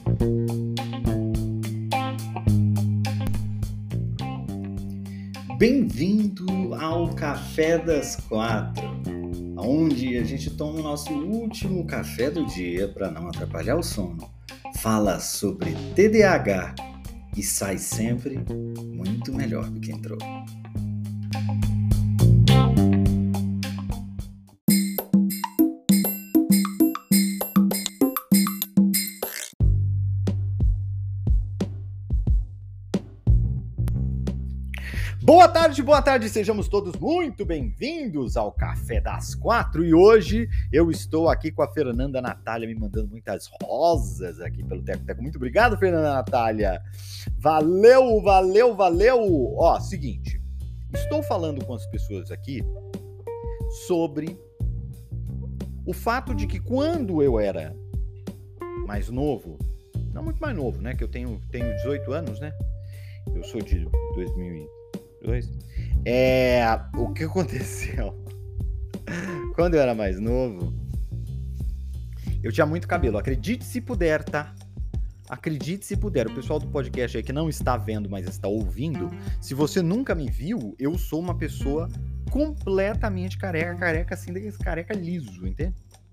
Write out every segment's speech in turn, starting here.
Bem-vindo ao Café das 4, onde a gente toma o nosso último café do dia para não atrapalhar o sono, fala sobre TDAH e sai sempre muito melhor do que entrou. Boa tarde, sejamos todos muito bem-vindos ao Café das 4 e hoje eu estou aqui com a Fernanda Natália me mandando muitas rosas aqui pelo Teco. Muito obrigado, Fernanda Natália. Valeu. Ó, seguinte, estou falando com as pessoas aqui sobre o fato de que quando eu era mais novo, não muito mais novo, né, que eu tenho 18 anos, né, eu sou de 2002, o que aconteceu? Quando eu era mais novo, eu tinha muito cabelo, acredite se puder, tá? Acredite se puder, o pessoal do podcast aí que não está vendo, mas está ouvindo, se você nunca me viu, eu sou uma pessoa completamente careca assim, daquele careca liso, entende?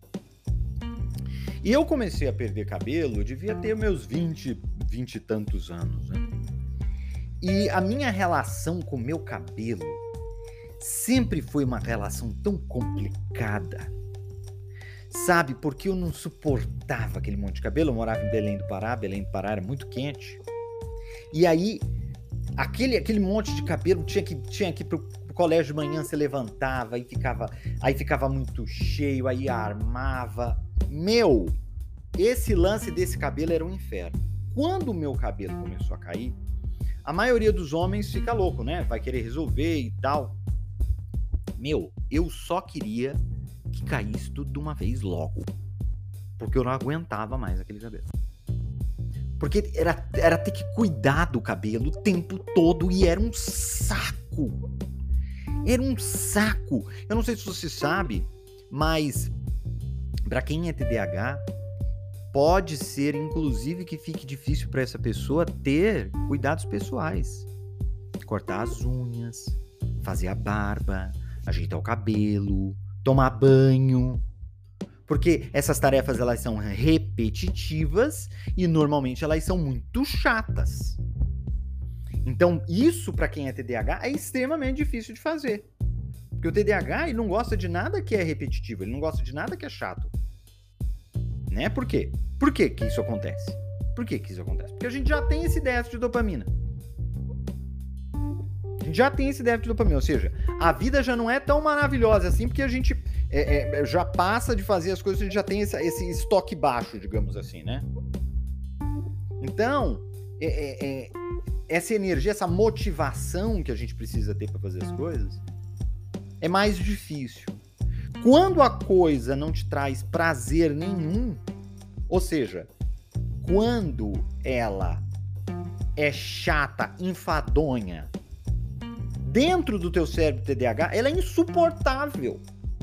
E eu comecei a perder cabelo, eu devia ter meus 20 e tantos anos, né? E a minha relação com o meu cabelo sempre foi uma relação tão complicada, sabe? Porque eu não suportava aquele monte de cabelo. Eu morava em Belém do Pará era muito quente. E aí, aquele monte de cabelo tinha que ir pro colégio de manhã, você levantava e ficava muito cheio, aí armava. Esse lance desse cabelo era um inferno. Quando o meu cabelo começou a cair, a maioria dos homens fica louco, né? Vai querer resolver e tal. Eu só queria que caísse tudo de uma vez logo. Porque eu não aguentava mais aquele cabelo. Porque era ter que cuidar do cabelo o tempo todo e era um saco. Eu não sei se você sabe, mas para quem é TDAH, pode ser, inclusive, que fique difícil para essa pessoa ter cuidados pessoais. Cortar as unhas, fazer a barba, ajeitar o cabelo, tomar banho. Porque essas tarefas, elas são repetitivas e, normalmente, elas são muito chatas. Então, isso, para quem é TDAH, é extremamente difícil de fazer. Porque o TDAH, ele não gosta de nada que é repetitivo, ele não gosta de nada que é chato. Né? Por quê? Por que isso acontece? Porque a gente já tem esse déficit de dopamina. Ou seja, a vida já não é tão maravilhosa assim, porque a gente já passa de fazer as coisas, a gente já tem esse estoque baixo, digamos assim, né? Então, essa energia, essa motivação que a gente precisa ter para fazer as coisas é mais difícil. Quando a coisa não te traz prazer nenhum, ou seja, quando ela é chata, enfadonha, dentro do teu cérebro TDAH, ela é insuportável.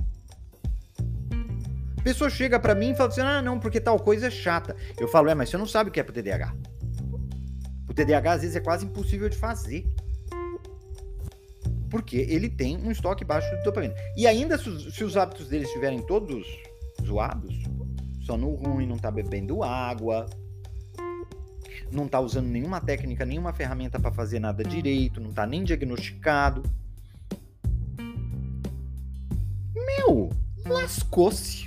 A pessoa chega pra mim e fala assim, não, porque tal coisa é chata. Eu falo, mas você não sabe o que é pro TDAH. O TDAH, às vezes, é quase impossível de fazer. Porque ele tem um estoque baixo de dopamina. E ainda, se os hábitos dele estiverem todos zoados, sono ruim, não tá bebendo água, não tá usando nenhuma técnica, nenhuma ferramenta para fazer nada direito, não tá nem diagnosticado. Lascou-se.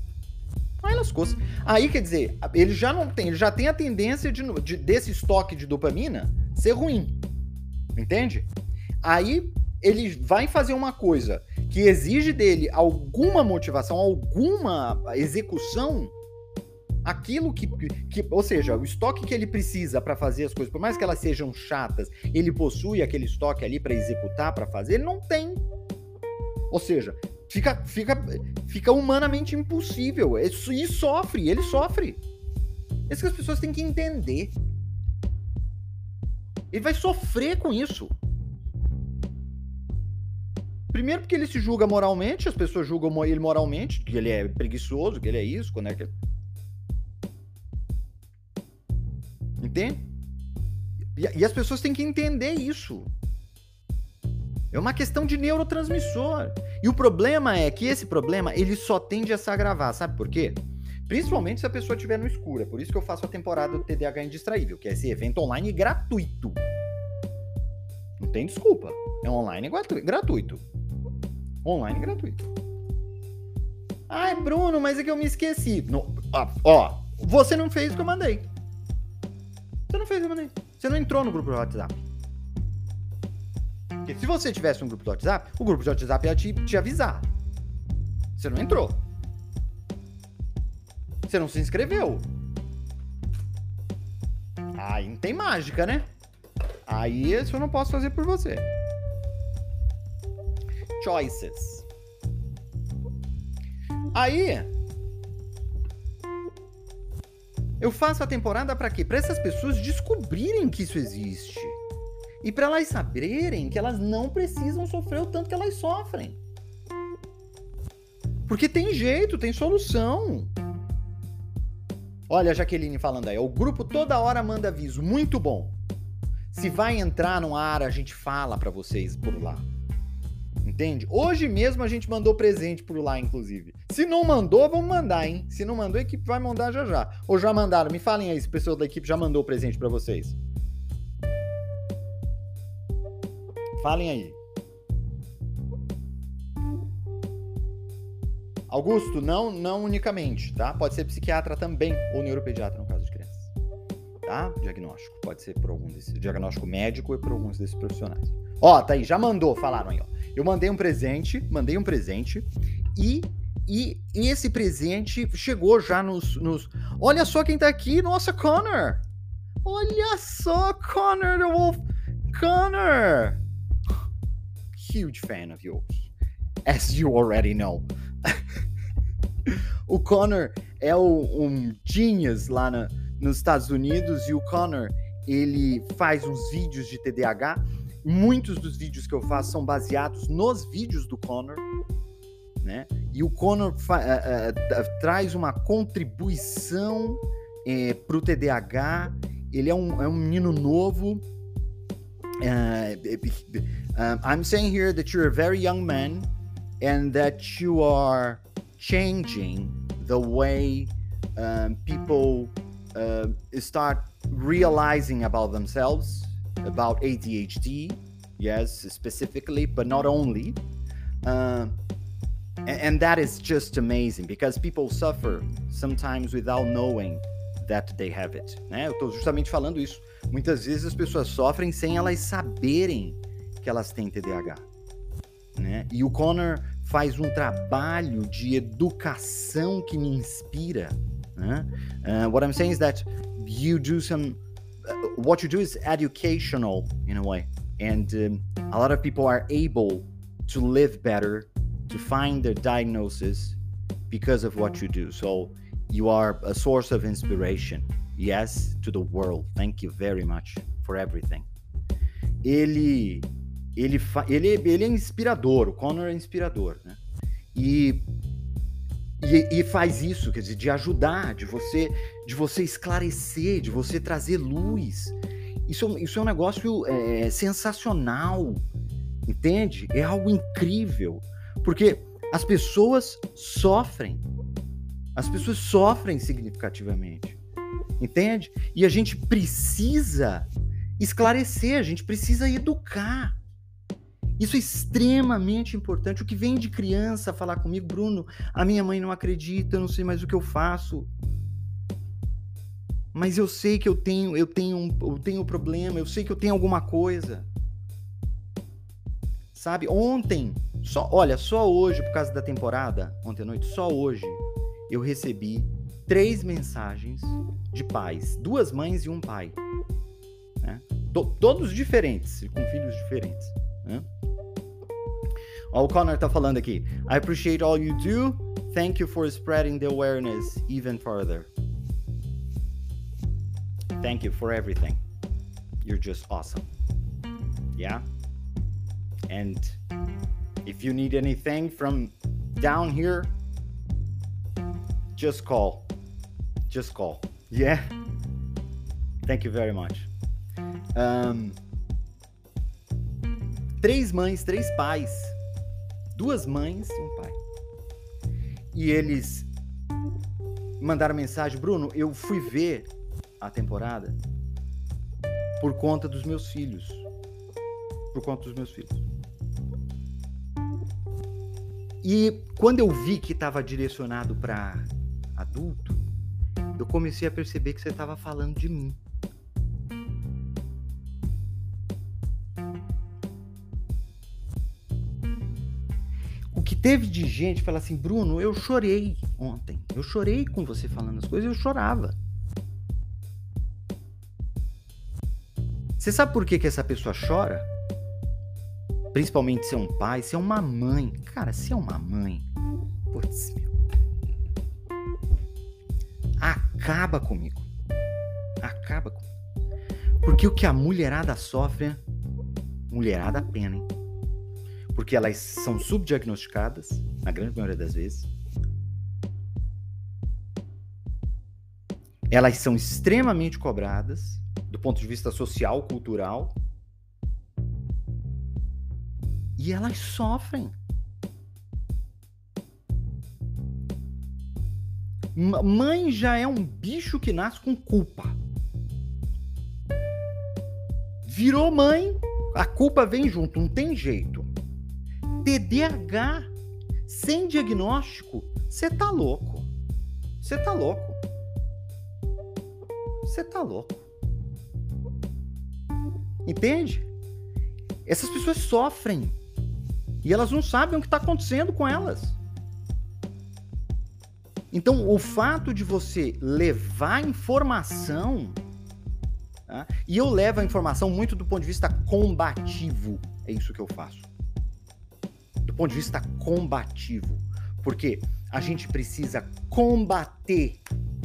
Aí, quer dizer, ele já tem a tendência desse estoque de dopamina ser ruim. Entende? Aí, ele vai fazer uma coisa que exige dele alguma motivação, alguma execução, aquilo que ou seja, o estoque que ele precisa para fazer as coisas, por mais que elas sejam chatas, ele possui aquele estoque ali para executar, para fazer, ele não tem. Ou seja, fica humanamente impossível. E ele sofre. É isso que as pessoas têm que entender. Ele vai sofrer com isso. Primeiro porque ele se julga moralmente, as pessoas julgam ele moralmente, que ele é preguiçoso, que ele é isso, quando é que... Entende? E as pessoas têm que entender isso. É uma questão de neurotransmissor. E o problema é que esse problema, ele só tende a se agravar. Sabe por quê? Principalmente se a pessoa estiver no escuro. É por isso que eu faço a temporada do TDAH Indistraível, que é esse evento online gratuito. Não tem desculpa. É online gratuito. Online gratuito. Ai, Bruno, mas é que eu me esqueci. Você não fez o que eu mandei. Você não fez o que eu mandei. Você não entrou no grupo do WhatsApp. Porque se você tivesse um grupo do WhatsApp, o grupo do WhatsApp ia te avisar. Você não entrou. Você não se inscreveu. Aí não tem mágica, né? Aí isso eu não posso fazer por você. Choices. Aí eu faço a temporada pra quê? Pra essas pessoas descobrirem que isso existe. E pra elas saberem que elas não precisam sofrer o tanto que elas sofrem. Porque tem jeito, tem solução. Olha a Jaqueline falando aí. O grupo toda hora manda aviso. Muito bom. Se vai entrar no ar, a gente fala pra vocês por lá. Entende? Hoje mesmo a gente mandou presente por lá, inclusive. Se não mandou, vamos mandar, hein? Se não mandou, a equipe vai mandar já já. Ou já mandaram? Me falem aí se o pessoal da equipe já mandou o presente pra vocês. Falem aí. Augusto, não unicamente, tá? Pode ser psiquiatra também, ou neuropediatra no caso de crianças. Tá? Diagnóstico. Pode ser por algum desses. Diagnóstico médico e por alguns desses profissionais. Ó, tá aí, já mandou, falaram aí, ó. Eu mandei um presente e esse presente chegou já nos... Olha só quem tá aqui, nossa, Connor! Olha só, Connor the Wolf! Connor! Huge fan of yours, as you already know. O Connor é um genius lá nos Estados Unidos, e o Connor, ele faz uns vídeos de TDAH. Muitos dos vídeos que eu faço são baseados nos vídeos do Connor, né? E o Connor traz uma contribuição para o TDAH. Ele é um menino novo. I'm saying here that you're a very young man and that you are changing the way people start realizing about themselves, about ADHD, yes, specifically, but not only. And that is just amazing, because people suffer sometimes without knowing that they have it, né? Eu estou justamente falando isso. Muitas vezes as pessoas sofrem sem elas saberem que elas têm TDAH, né? E o Connor faz um trabalho de educação que me inspira, né? What I'm saying is that you do some... what you do is educational in a way, and a lot of people are able to live better, to find their diagnosis because of what you do. So you are a source of inspiration, yes, to the world. Thank you very much for everything. Ele é inspirador, o Connor é inspirador, né? E faz isso, quer dizer, de ajudar, de você esclarecer, de você trazer luz. Isso é um negócio sensacional, entende? É algo incrível, porque as pessoas sofrem significativamente, entende? E a gente precisa esclarecer, a gente precisa educar. Isso é extremamente importante. O que vem de criança falar comigo, Bruno, a minha mãe não acredita, eu não sei mais o que eu faço. Mas eu sei que eu tenho um problema, eu sei que eu tenho alguma coisa. Sabe? Ontem, só hoje, por causa da temporada, ontem à noite, só hoje, eu recebi 3 mensagens de pais, 2 mães e um pai, né? Todos diferentes, com filhos diferentes, né? Ó, o Connor tá falando aqui. I appreciate all you do. Thank you for spreading the awareness even further. Thank you for everything. You're just awesome. Yeah? And if you need anything from down here, just call. Just call. Yeah? Thank you very much. 3 mães, 3 pais. 2 mães e um pai. E eles mandaram mensagem: Bruno, eu fui ver a temporada por conta dos meus filhos. Por conta dos meus filhos. E quando eu vi que estava direcionado para adulto, eu comecei a perceber que você estava falando de mim. O que teve de gente falar assim: Bruno, eu chorei ontem. Eu chorei com você falando as coisas, eu chorava. Você sabe por que essa pessoa chora? Principalmente se é um pai, se é uma mãe. Cara, se é uma mãe, putz, meu, acaba comigo. Acaba comigo. Porque o que a mulherada sofre, mulherada pena, hein? Porque elas são subdiagnosticadas, na grande maioria das vezes. Elas são extremamente cobradas, do ponto de vista social, cultural. E elas sofrem. Mãe já é um bicho que nasce com culpa. Virou mãe, a culpa vem junto, não tem jeito. TDAH, sem diagnóstico, você tá louco. Você tá louco. Você tá louco. Entende? Essas pessoas sofrem. E elas não sabem o que está acontecendo com elas. Então, o fato de você levar informação, tá? E eu levo a informação muito do ponto de vista combativo, é isso que eu faço. Do ponto de vista combativo. Porque a gente precisa combater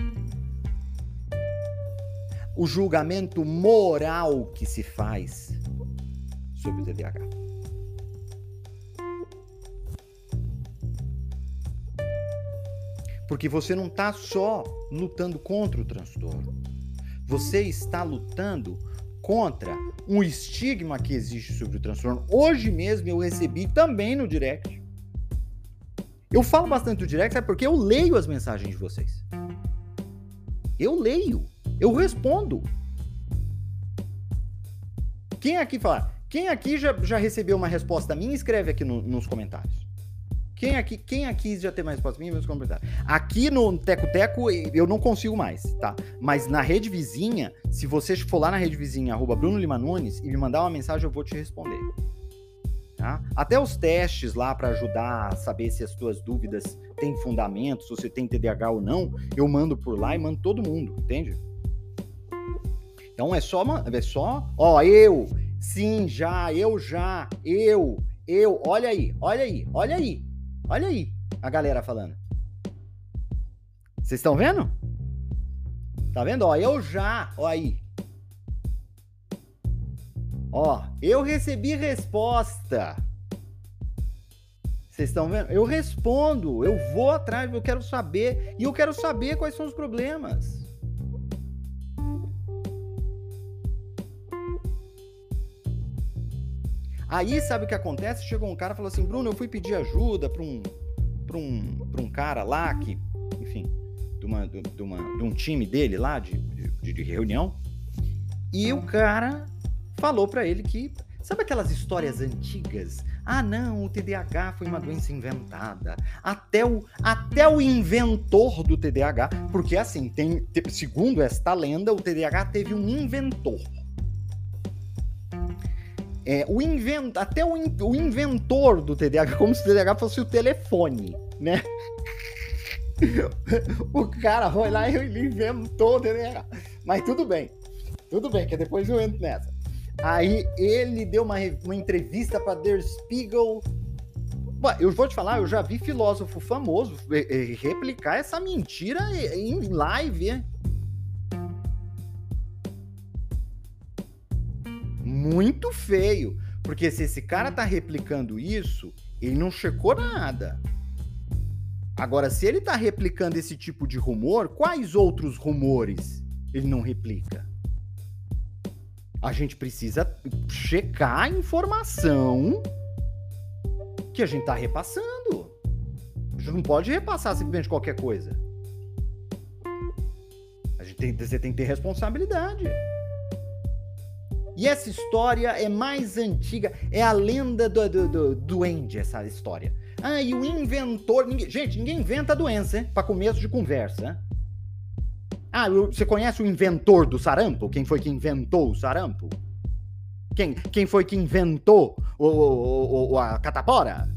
o julgamento moral que se faz sobre o TDAH. Porque você não está só lutando contra o transtorno. Você está lutando contra um estigma que existe sobre o transtorno. Hoje mesmo eu recebi também no direct. Eu falo bastante do direct, sabe por quê? Eu leio as mensagens de vocês. Eu leio. Eu respondo. Quem aqui fala? Quem aqui já recebeu uma resposta minha? Escreve aqui nos comentários. Quem aqui já tem uma resposta minha? Nos comentários. Aqui no Teco Teco eu não consigo mais, tá? Mas na rede vizinha, se você for lá na rede vizinha, @Bruno Lima Nunes, e me mandar uma mensagem, eu vou te responder. Tá? Até os testes lá para ajudar a saber se as tuas dúvidas têm fundamento, se você tem TDAH ou não, eu mando por lá e mando todo mundo, entende? Então ó, eu, olha aí, a galera falando. Vocês estão vendo? Tá vendo? Ó, ó aí. Ó, eu recebi resposta. Vocês estão vendo? Eu respondo, eu vou atrás, eu quero saber, e eu quero saber quais são os problemas. Aí, sabe o que acontece? Chegou um cara e falou assim: Bruno, eu fui pedir ajuda para um cara lá que, enfim, de um time dele lá, de reunião, e o cara falou para ele que, sabe aquelas histórias antigas? Ah, não, o TDAH foi uma doença inventada. Até o inventor do TDAH, porque assim, segundo esta lenda, o TDAH teve um inventor. Até o inventor do TDAH, como se o TDAH fosse o telefone, né? O cara foi lá e ele inventou o TDAH. Mas tudo bem, que depois eu entro nessa. Aí ele deu uma entrevista para Der Spiegel. Eu vou te falar, eu já vi filósofo famoso replicar essa mentira em live, hein? Muito feio, porque se esse cara tá replicando isso, ele não checou nada. Agora, se ele tá replicando esse tipo de rumor, quais outros rumores ele não replica? A gente precisa checar a informação que a gente tá repassando. A gente não pode repassar simplesmente qualquer coisa. Você tem que ter responsabilidade. E essa história é mais antiga, é a lenda do duende, essa história. Ah, e o inventor... Gente, ninguém inventa doença, hein? Pra começo de conversa. Hein? Ah, você conhece o inventor do sarampo? Quem foi que inventou o sarampo? Quem foi que inventou a catapora?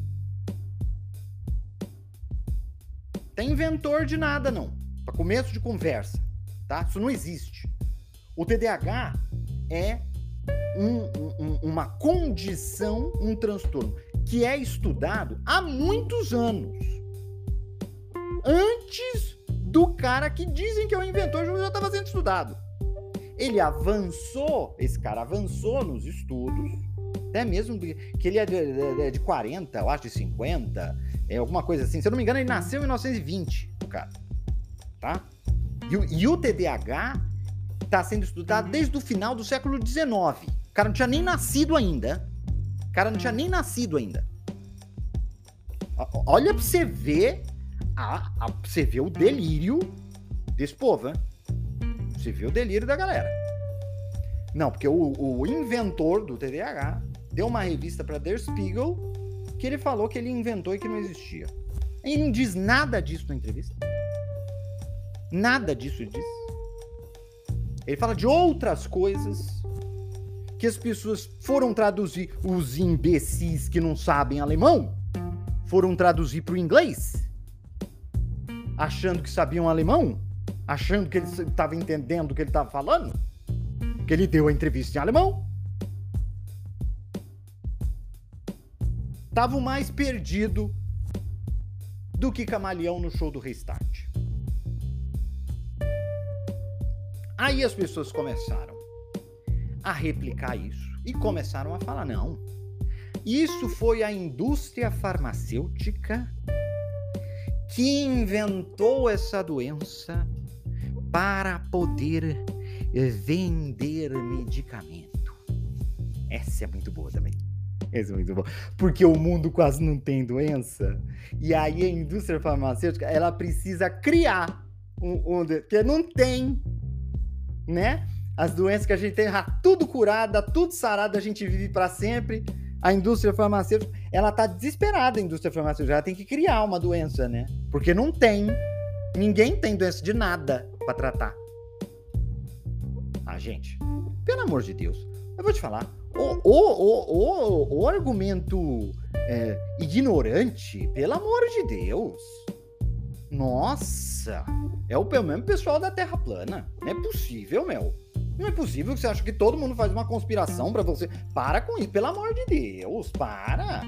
Tem inventor de nada, não. Pra começo de conversa, tá? Isso não existe. O TDAH é uma condição, um transtorno, que é estudado há muitos anos. Antes do cara que dizem que é o inventor, já estava sendo estudado. Ele avançou, esse cara avançou nos estudos, até mesmo que ele é de 40, eu acho, de 50, alguma coisa assim. Se eu não me engano, ele nasceu em 1920, o cara. Tá? E o TDAH está sendo estudado desde o final do século XIX. O cara não tinha nem nascido ainda. Olha pra você ver, você vê o delírio desse povo, né? Você vê o delírio da galera. Não, porque o inventor do TDAH deu uma revista pra Der Spiegel que ele falou que ele inventou e que não existia. Ele não diz nada disso na entrevista. Nada disso diz. Ele fala de outras coisas que as pessoas foram traduzir, os imbecis que não sabem alemão, foram traduzir para o inglês, achando que sabiam alemão, achando que ele estava entendendo o que ele estava falando, que ele deu a entrevista em alemão. Tava mais perdido do que camaleão no show do Restart. Aí as pessoas começaram a replicar isso e começaram a falar, não, isso foi a indústria farmacêutica que inventou essa doença para poder vender medicamento. Essa é muito boa também. Essa é muito boa. Porque o mundo quase não tem doença. E aí a indústria farmacêutica, ela precisa criar porque não tem, né? As doenças que a gente tem, tudo curada, tudo sarado, a gente vive para sempre. A indústria farmacêutica, ela tá desesperada, a indústria farmacêutica, ela tem que criar uma doença, né? Porque não tem. Ninguém tem doença de nada para tratar. Ah, gente, pelo amor de Deus, eu vou te falar, o argumento ignorante, pelo amor de Deus, nossa, é o mesmo pessoal da Terra plana, não é possível, meu. Não é possível que você acha que todo mundo faz uma conspiração pra você. Para com isso, pelo amor de Deus, para.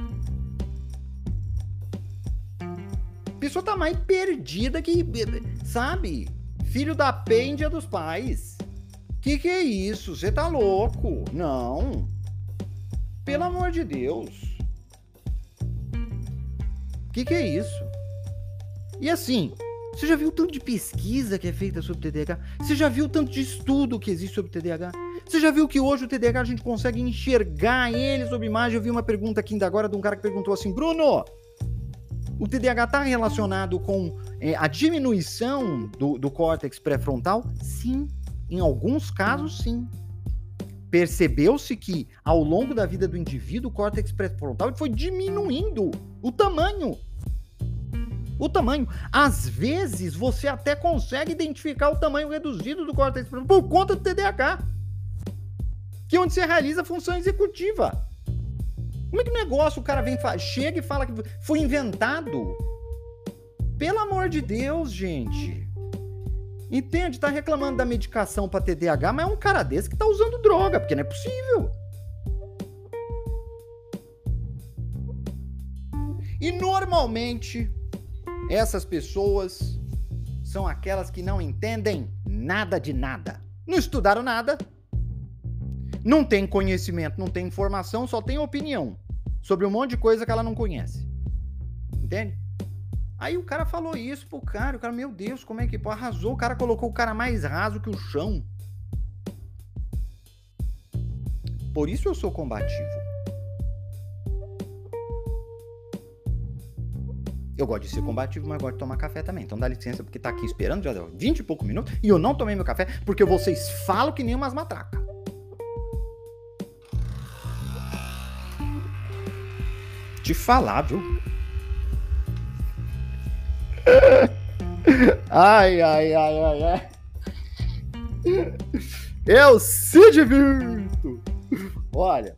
A pessoa tá mais perdida que, sabe, filho da pêndia dos pais. Que é isso? Você tá louco? Não. Pelo amor de Deus. Que é isso? E assim, você já viu o tanto de pesquisa que é feita sobre o TDAH? Você já viu o tanto de estudo que existe sobre o TDAH? Você já viu que hoje o TDAH a gente consegue enxergar ele sob imagem? Eu vi uma pergunta aqui ainda agora de um cara que perguntou assim, Bruno, o TDAH está relacionado com a diminuição do córtex pré-frontal? Sim, em alguns casos sim. Percebeu-se que ao longo da vida do indivíduo o córtex pré-frontal foi diminuindo o tamanho. Às vezes, você até consegue identificar o tamanho reduzido do córtex pré-frontal por conta do TDAH, que é onde você realiza a função executiva. Como é que o negócio, o cara chega e fala que foi inventado? Pelo amor de Deus, gente. Entende? Tá reclamando da medicação para TDAH, mas é um cara desse que tá usando droga, porque não é possível. E normalmente essas pessoas são aquelas que não entendem nada de nada. Não estudaram nada, não tem conhecimento, não tem informação, só tem opinião sobre um monte de coisa que ela não conhece. Entende? Aí o cara falou isso pro cara, o cara, meu Deus, como é que arrasou? O cara colocou o cara mais raso que o chão. Por isso eu sou combativo. Eu gosto de ser combativo, mas gosto de tomar café também. Então dá licença, porque tá aqui esperando, já deu 20 e poucos minutos, e eu não tomei meu café, porque vocês falam que nem umas matracas. Te falar, viu? Ai. Eu se divirto. Olha.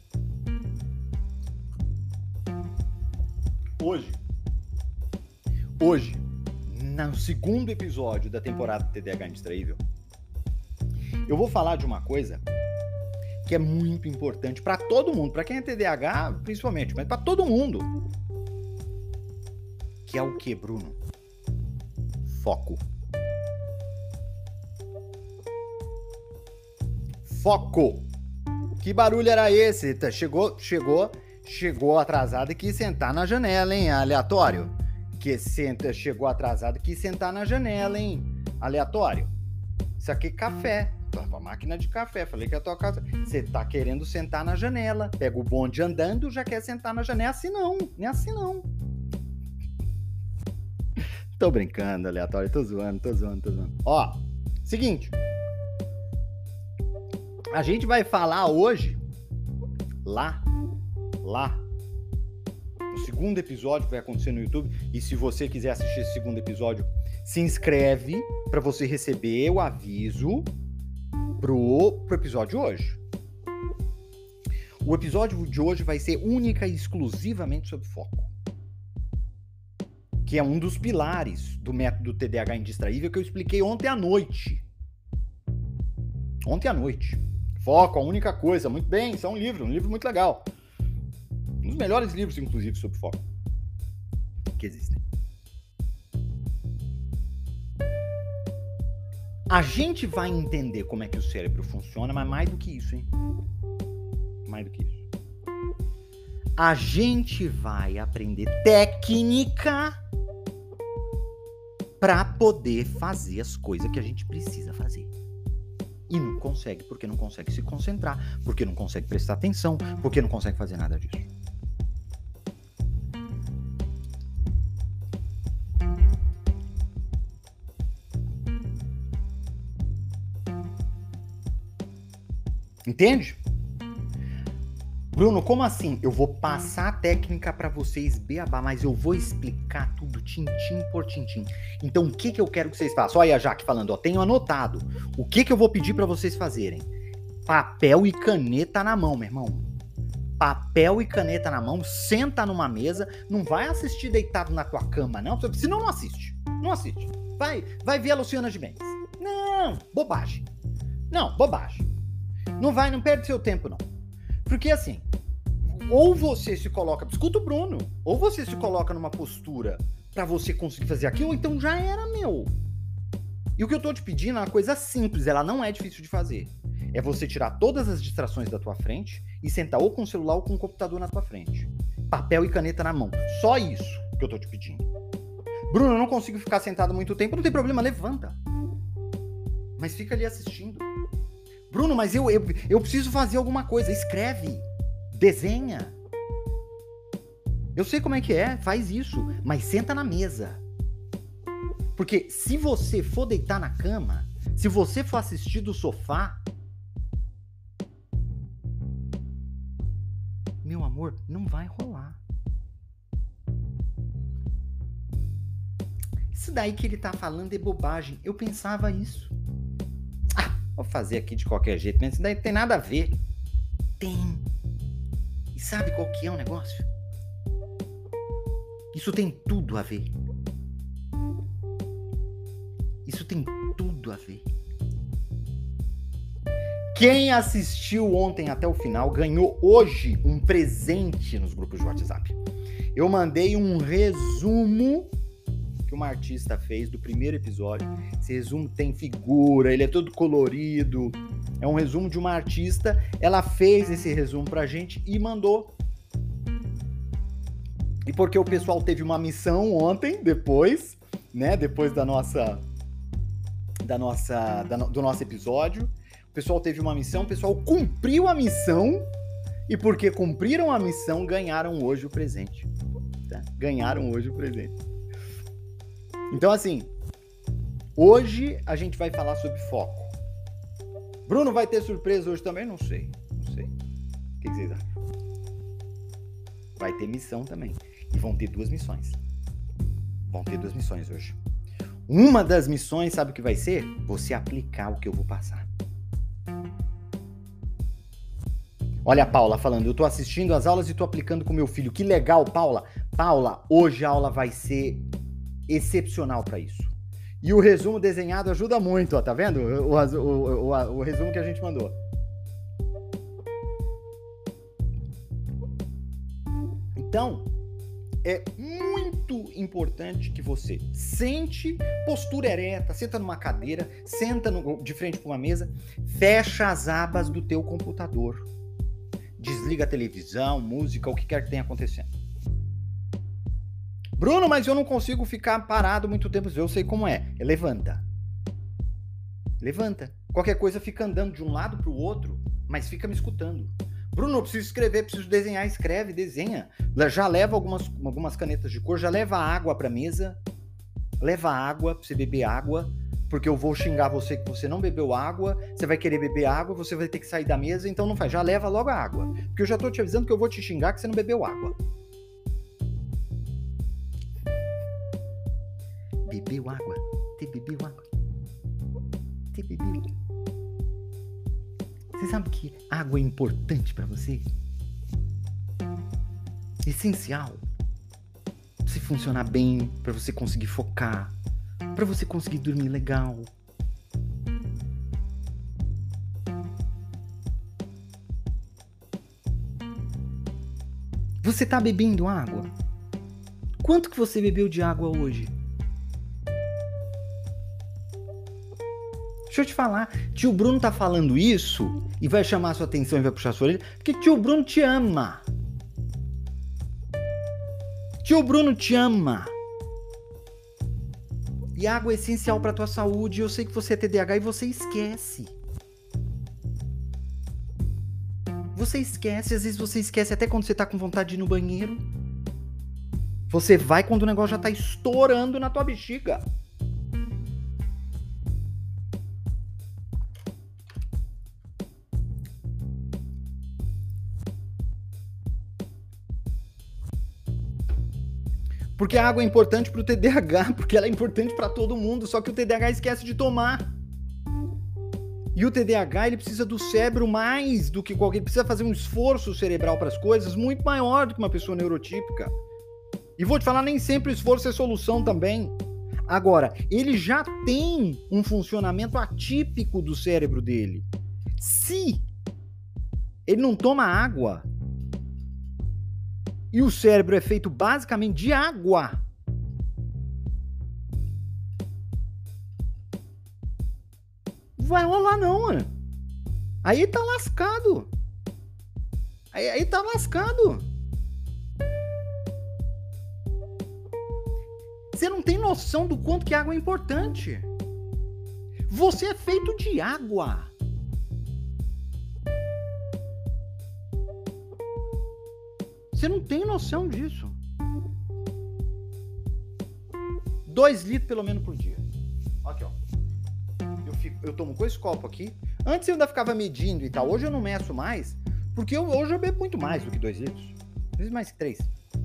Hoje, no segundo episódio da temporada do TDAH Indistraível, eu vou falar de uma coisa que é muito importante para todo mundo, para quem é TDAH principalmente, mas para todo mundo. Que é o que, Bruno? Foco. Foco. Que barulho era esse? Chegou atrasado e quis sentar na janela, hein, aleatório? Chegou atrasado e quis sentar na janela, hein, aleatório? Isso aqui é café. A máquina de café. Falei que é a tua casa. Você tá querendo sentar na janela. Pega o bonde andando, já quer sentar na janela. Assim não. Nem assim não. Tô brincando, aleatório. Tô zoando. Ó, seguinte. A gente vai falar hoje, lá, no segundo episódio que vai acontecer no YouTube. E se você quiser assistir esse segundo episódio, se inscreve para você receber o aviso pro episódio de hoje. O episódio de hoje vai ser única e exclusivamente sobre foco, que é um dos pilares do método TDAH Indistraível que eu expliquei ontem à noite. Foco, a única coisa. Muito bem, isso é um livro muito legal. Um dos melhores livros, inclusive, sobre foco que existem. A gente vai entender como é que o cérebro funciona, mas mais do que isso, hein? Mais do que isso. A gente vai aprender técnica para poder fazer as coisas que a gente precisa fazer. E não consegue, porque não consegue se concentrar, porque não consegue prestar atenção, porque não consegue fazer nada disso. Entende? Bruno, como assim? Eu vou passar a técnica para vocês, beabá, mas eu vou explicar tudo tintim por tintim. Então, o que eu quero que vocês façam? Olha a Jaque falando, ó, tenho anotado. O que eu vou pedir para vocês fazerem? Papel e caneta na mão, meu irmão. Papel e caneta na mão, senta numa mesa, não vai assistir deitado na tua cama, não. Senão não assiste. Não assiste. Vai ver a Luciana Gimenez. Não, bobagem. Não perde seu tempo, não. Porque assim, ou você se coloca, escuta o Bruno, ou você se coloca numa postura pra você conseguir fazer aquilo, ou então já era, meu. E o que eu tô te pedindo é uma coisa simples, ela não é difícil de fazer. É você tirar todas as distrações da tua frente e sentar ou com o celular ou com o computador na tua frente. Papel e caneta na mão. Só isso que eu tô te pedindo. Bruno, eu não consigo ficar sentado muito tempo, não tem problema, levanta. Mas fica ali assistindo. Bruno, mas eu preciso fazer alguma coisa. Escreve, desenha. Eu sei como é que é, faz isso, mas senta na mesa. Porque se você for deitar na cama, se você for assistir do sofá, meu amor, não vai rolar. Isso daí que ele tá falando é bobagem. Eu pensava isso. Vou fazer aqui de qualquer jeito, mas isso daí não tem nada a ver. Tem. E sabe qual que é o negócio? Isso tem tudo a ver. Isso tem tudo a ver. Quem assistiu ontem até o final ganhou hoje um presente nos grupos de WhatsApp. Eu mandei um resumo que uma artista fez do primeiro episódio. Esse resumo tem figura, ele é todo colorido. É um resumo de uma artista. Ela fez esse resumo pra gente e mandou. E porque o pessoal teve uma missão ontem, depois da nossa do nosso episódio. O pessoal teve uma missão, o pessoal cumpriu a missão, e porque cumpriram a missão, ganharam hoje o presente. Tá? Ganharam hoje o presente. Então, assim, hoje a gente vai falar sobre foco. Bruno, vai ter surpresa hoje também? Não sei. O que vocês acham? Vai ter missão também. E vão ter 2 missões. Vão ter 2 missões hoje. Uma das missões, sabe o que vai ser? Você aplicar o que eu vou passar. Olha a Paula falando, eu tô assistindo as aulas e tô aplicando com meu filho. Que legal, Paula. Paula, hoje a aula vai ser excepcional para isso. E o resumo desenhado ajuda muito, ó, tá vendo? O resumo que a gente mandou. Então, é muito importante que você sente, postura ereta, senta numa cadeira, senta de frente para uma mesa, fecha as abas do teu computador. Desliga a televisão, música, o que quer que tenha acontecendo. Bruno, mas eu não consigo ficar parado muito tempo. Eu sei como é. Levanta. Levanta. Qualquer coisa fica andando de um lado para o outro, mas fica me escutando. Bruno, eu preciso escrever, preciso desenhar. Escreve, desenha. Já leva algumas canetas de cor, já leva água para a mesa. Leva água para você beber água, porque eu vou xingar você que você não bebeu água, você vai querer beber água, você vai ter que sair da mesa, então não faz. Já leva logo a água. Porque eu já tô te avisando que eu vou te xingar que você não bebeu água. Bebeu água? Você bebeu água? Você bebeu? Você sabe que água é importante pra você? Essencial. Pra você funcionar bem, pra você conseguir focar, pra você conseguir dormir legal. Você tá bebendo água? Quanto que você bebeu de água hoje? Deixa eu te falar, tio Bruno tá falando isso e vai chamar a sua atenção e vai puxar a sua orelha, porque tio Bruno te ama. Tio Bruno te ama. E água é essencial pra tua saúde. Eu sei que você é TDAH e você esquece. Você esquece, às vezes você esquece até quando você tá com vontade de ir no banheiro. Você vai quando o negócio já tá estourando na tua bexiga. Porque a água é importante pro TDAH, porque ela é importante pra todo mundo, só que o TDAH esquece de tomar. E o TDAH, ele precisa do cérebro mais do que qualquer... Ele precisa fazer um esforço cerebral para as coisas muito maior do que uma pessoa neurotípica. E vou te falar, nem sempre o esforço é solução também. Agora, ele já tem um funcionamento atípico do cérebro dele. Se ele não toma água, e o cérebro é feito basicamente de água, vai rolar não, mano. Aí tá lascado. Aí tá lascado. Você não tem noção do quanto que água é importante. Você é feito de água. Você não tem noção disso. 2 litros pelo menos por dia. Aqui, ó. Eu tomo com esse copo aqui. Antes eu ainda ficava medindo e tal. Hoje eu não meço mais, porque hoje eu bebo muito mais do que 2 litros. Às vezes mais que 3.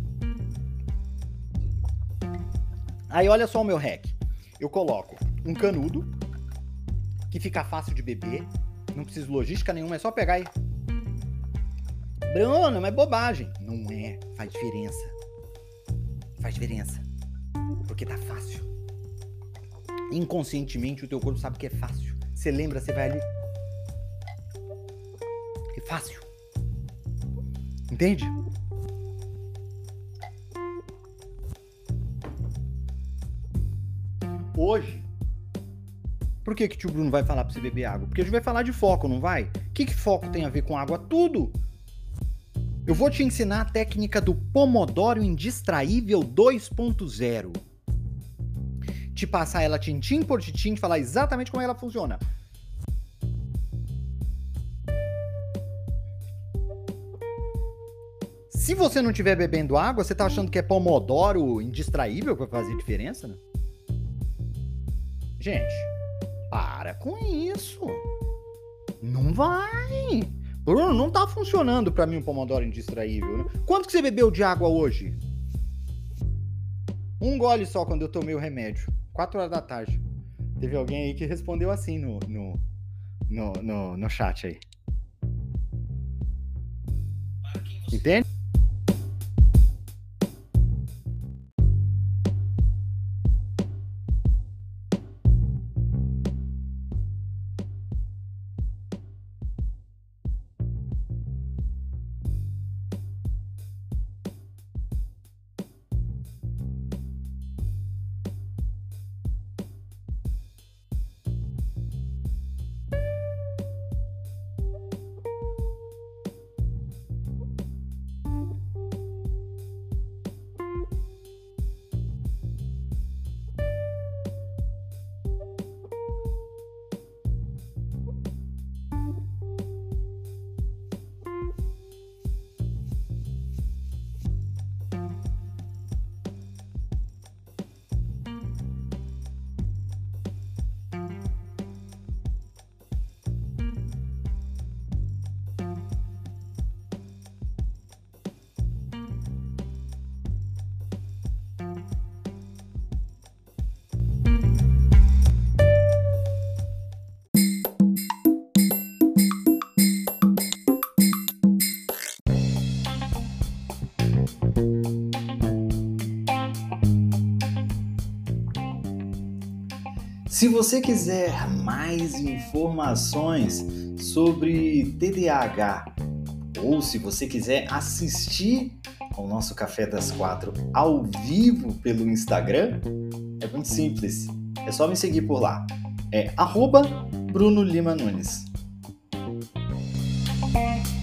Aí olha só o meu hack. Eu coloco um canudo, que fica fácil de beber. Não preciso logística nenhuma, é só pegar e... Bruno, mas é bobagem. Não é, faz diferença. Faz diferença. Porque tá fácil. Inconscientemente o teu corpo sabe que é fácil. Você lembra, você vai ali. É fácil. Entende? Hoje, por que o tio Bruno vai falar pra você beber água? Porque a gente vai falar de foco, não vai? O que foco tem a ver com água? Tudo! Eu vou te ensinar a técnica do Pomodoro Indistraível 2.0. te passar ela tintim por tintim, te falar exatamente como ela funciona. Se você não estiver bebendo água, você tá achando que é pomodoro indistraível que vai fazer diferença, né? Gente, para com isso. Não vai. Bruno, não tá funcionando pra mim o pomodoro indistraível, né? Quanto que você bebeu de água hoje? Um gole só quando eu tomei o remédio. 4 horas da tarde. Teve alguém aí que respondeu assim no chat aí. Entende? Se você quiser mais informações sobre TDAH ou se você quiser assistir ao nosso Café das 4 ao vivo pelo Instagram, é muito simples. É só me seguir por lá. É @Bruno Lima Nunes.